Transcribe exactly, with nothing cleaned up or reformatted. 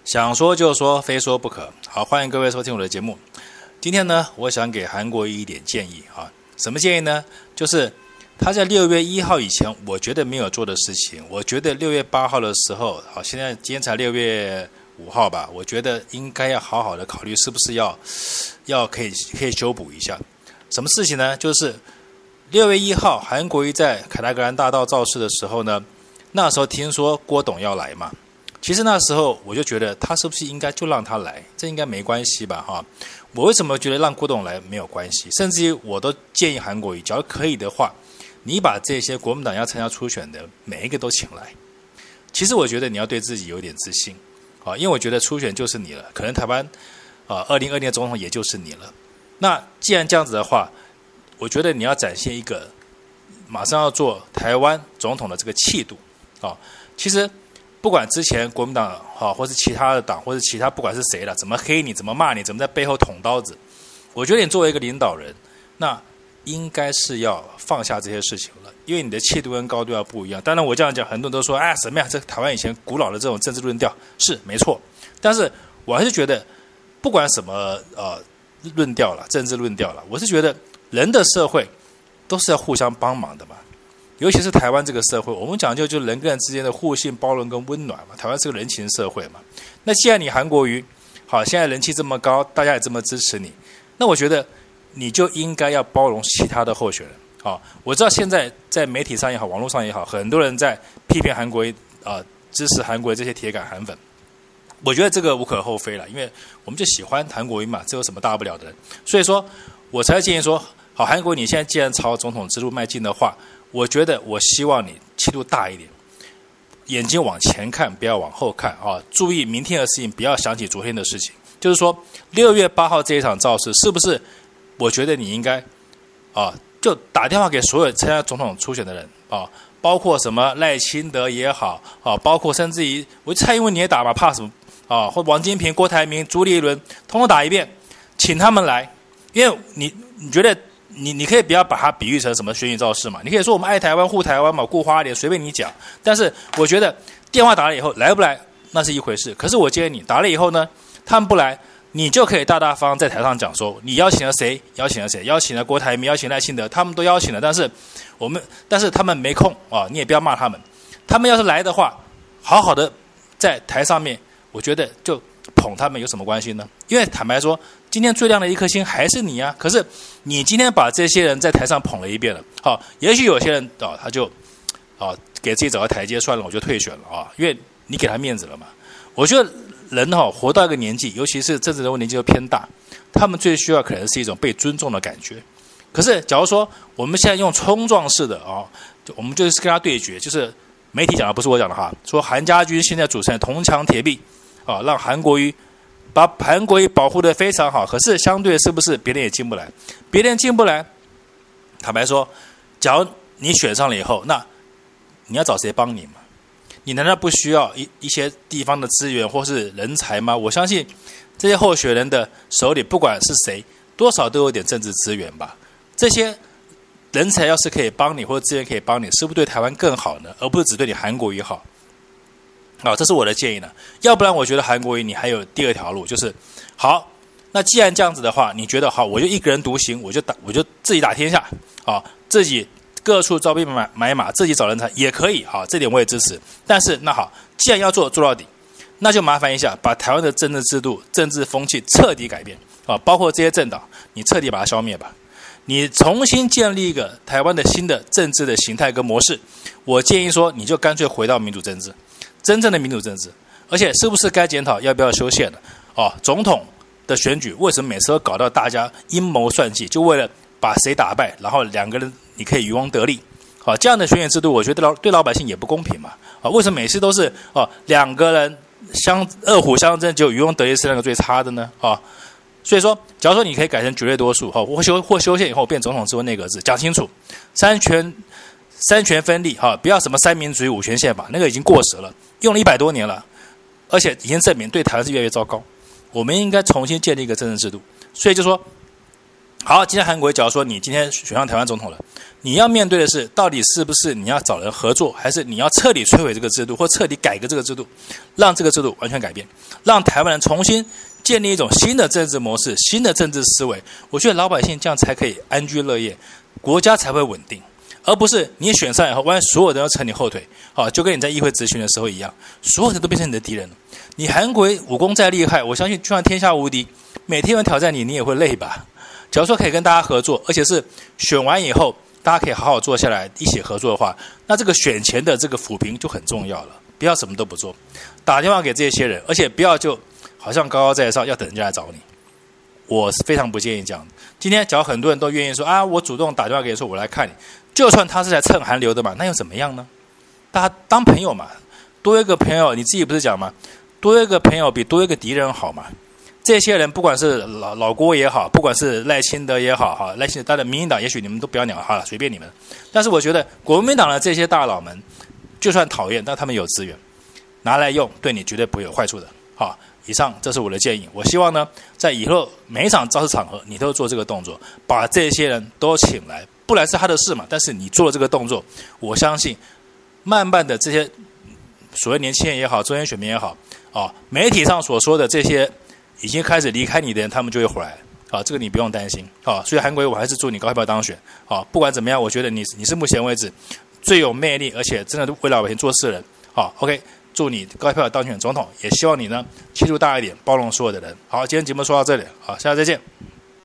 想说就说，非说不可。好，欢迎各位收听我的节目。今天呢，我想给韩国瑜一点建议啊。什么建议呢？就是他在六月一号以前，我觉得没有做的事情，我觉得六月八号的时候，好，现在今天才六月五号吧，我觉得应该要好好的考虑，是不是要要可以可以修补一下。什么事情呢？就是六月一号，韩国瑜在凯达格兰大道造势的时候呢，那时候听说郭董要来嘛。其实那时候我就觉得他是不是应该就让他来，这应该没关系吧哈？我为什么觉得让郭董来没有关系？甚至于我都建议韩国瑜，假如可以的话，你把这些国民党要参加初选的每一个都请来。其实我觉得你要对自己有点自信啊，因为我觉得初选就是你了，可能台湾啊二零二零的总统也就是你了。那既然这样子的话，我觉得你要展现一个马上要做台湾总统的这个气度啊。其实不管之前国民党哈，或是其他的党，或是其他不管是谁了，怎么黑你，怎么骂你，怎么在背后捅刀子，我觉得你作为一个领导人，那应该是要放下这些事情了，因为你的气度跟高度要不一样。当然我这样讲，很多人都说，哎，什么呀？这台湾以前古老的这种政治论调是没错，但是我还是觉得，不管什么呃论调了，政治论调了，我是觉得人的社会都是要互相帮忙的嘛。尤其是台湾这个社会，我们讲究就是人跟人之间的互信、包容跟温暖嘛。台湾是个人情社会嘛。那既然你韩国瑜好，现在人气这么高，大家也这么支持你，那我觉得你就应该要包容其他的候选人。好，我知道现在在媒体上也好，网络上也好，很多人在批评韩国瑜啊、呃，支持韩国瑜这些铁杆韩粉。我觉得这个无可厚非了，因为我们就喜欢韩国瑜嘛，这有什么大不了的人？所以说我才建议说，好，韩国瑜你现在既然朝总统之路迈进的话，我觉得我希望你气度大一点，眼睛往前看，不要往后看啊！注意明天的事情，不要想起昨天的事情。就是说，六月八号这一场造势，是不是？我觉得你应该啊，就打电话给所有参加总统初选的人啊，包括什么赖清德也好啊，包括甚至于我蔡英文你也打吧，怕什么啊？或王金平、郭台铭、朱立伦，通通打一遍，请他们来，因为你你觉得。你你可以不要把它比喻成什么选举造势嘛，你可以说我们爱台湾护台湾嘛，顾花莲随便你讲。但是我觉得电话打了以后来不来那是一回事，可是我建议你打了以后呢，他们不来，你就可以大大方方在台上讲说你邀请了谁，邀请了谁，邀请了郭台铭，邀请赖清德，他们都邀请了，但是我们但是他们没空啊，你也不要骂他们。他们要是来的话，好好的在台上面，我觉得就捧他们有什么关系呢？因为坦白说，今天最亮的一颗星还是你啊！可是你今天把这些人在台上捧了一遍了，好，也许有些人啊、哦，他就啊、哦、给自己找个台阶，算了，我就退选了啊，因为你给他面子了嘛。我觉得人哈、哦、活到一个年纪，尤其是政治人物年纪又偏大，他们最需要可能是一种被尊重的感觉。可是假如说我们现在用冲撞式的啊、哦，我们就是跟他对决，就是媒体讲的不是我讲的哈，说韩家军现在组成铜墙铁壁啊、哦，让韩国瑜。把韩国瑜保护得非常好，可是相对是不是别人也进不来？别人进不来，坦白说，假如你选上了以后，那你要找谁帮你嘛？你难道不需要一一些地方的资源或是人才吗？我相信这些候选人的手里，不管是谁，多少都有点政治资源吧。这些人才要是可以帮你，或者资源可以帮你，是不是对台湾更好呢？而不是只对你韩国瑜好？好，这是我的建议呢。要不然，我觉得韩国瑜你还有第二条路，就是好。那既然这样子的话，你觉得好，我就一个人独行，我就打，我就自己打天下，啊，自己各处招兵买买马，自己找人才也可以，好，这点我也支持。但是那好，既然要做做到底，那就麻烦一下，把台湾的政治制度、政治风气彻底改变啊，包括这些政党，你彻底把它消灭吧。你重新建立一个台湾的新的政治的形态跟模式。我建议说，你就干脆回到民主政治。真正的民主政治，而且是不是该检讨要不要修宪了？哦，总统的选举为什么每次都搞到大家阴谋算计，就为了把谁打败，然后两个人你可以渔翁得利？好、哦，这样的选举制度，我觉得老对老百姓也不公平嘛。啊、哦，为什么每次都是哦两个人相二虎相争，只有渔翁得利是那个最差的呢？啊、哦，所以说，假如说你可以改成绝对多数，哈、哦，或修或修宪以后变总统制或内阁制，讲清楚，三权。三权分立哈，不要什么三民主义五权宪法，那个已经过时了，用了一百多年了，而且已经证明对台湾是越来越糟糕。我们应该重新建立一个政治制度。所以就说， 好，今天韩国瑜假如说你今天选上台湾总统了，你要面对的是到底是不是你要找人合作，还是你要彻底摧毁这个制度，或彻底改革这个制度，让这个制度完全改变，让台湾人重新建立一种新的政治模式、新的政治思维。我觉得老百姓这样才可以安居乐业，国家才会稳定，而不是你选上以后，万一所有人都扯你后腿，好，就跟你在议会质询的时候一样，所有人都变成你的敌人了。你韩国瑜武功再厉害，我相信就算天下无敌，每天有人挑战你，你也会累吧？假如说可以跟大家合作，而且是选完以后大家可以好好坐下来一起合作的话，那这个选前的这个抚平就很重要了。不要什么都不做，打电话给这些人，而且不要就好像高高在上要等人家来找你，我是非常不建议这样的。今天假如很多人都愿意说啊，我主动打电话给你说我来看你，就算他是来蹭韩流的嘛，那又怎么样呢？大家当朋友嘛，多一个朋友，你自己不是讲吗？多一个朋友比多一个敌人好嘛。这些人不管是老老郭也好，不管是赖清德也好，哈，赖清德当然民进党也许你们都不要鸟哈，随便你们。但是我觉得国民党的这些大佬们，就算讨厌，但他们有资源，拿来用，对你绝对不会有坏处的。好，以上这是我的建议。我希望呢，在以后每一场造势场合，你都做这个动作，把这些人都请来，不然是他的事嘛。但是你做了这个动作，我相信，慢慢的这些所谓年轻人也好，中间选民也好，啊，媒体上所说的这些已经开始离开你的人，他们就会回来。好，这个你不用担心。好，所以韩国瑜我还是祝你高票当选。好，不管怎么样，我觉得你你是目前为止最有魅力，而且真的为老百姓做事的人。好 ，OK， 祝你高票当选总统，也希望你呢气度大一点，包容所有的人。好，今天节目说到这里，好，下次再见。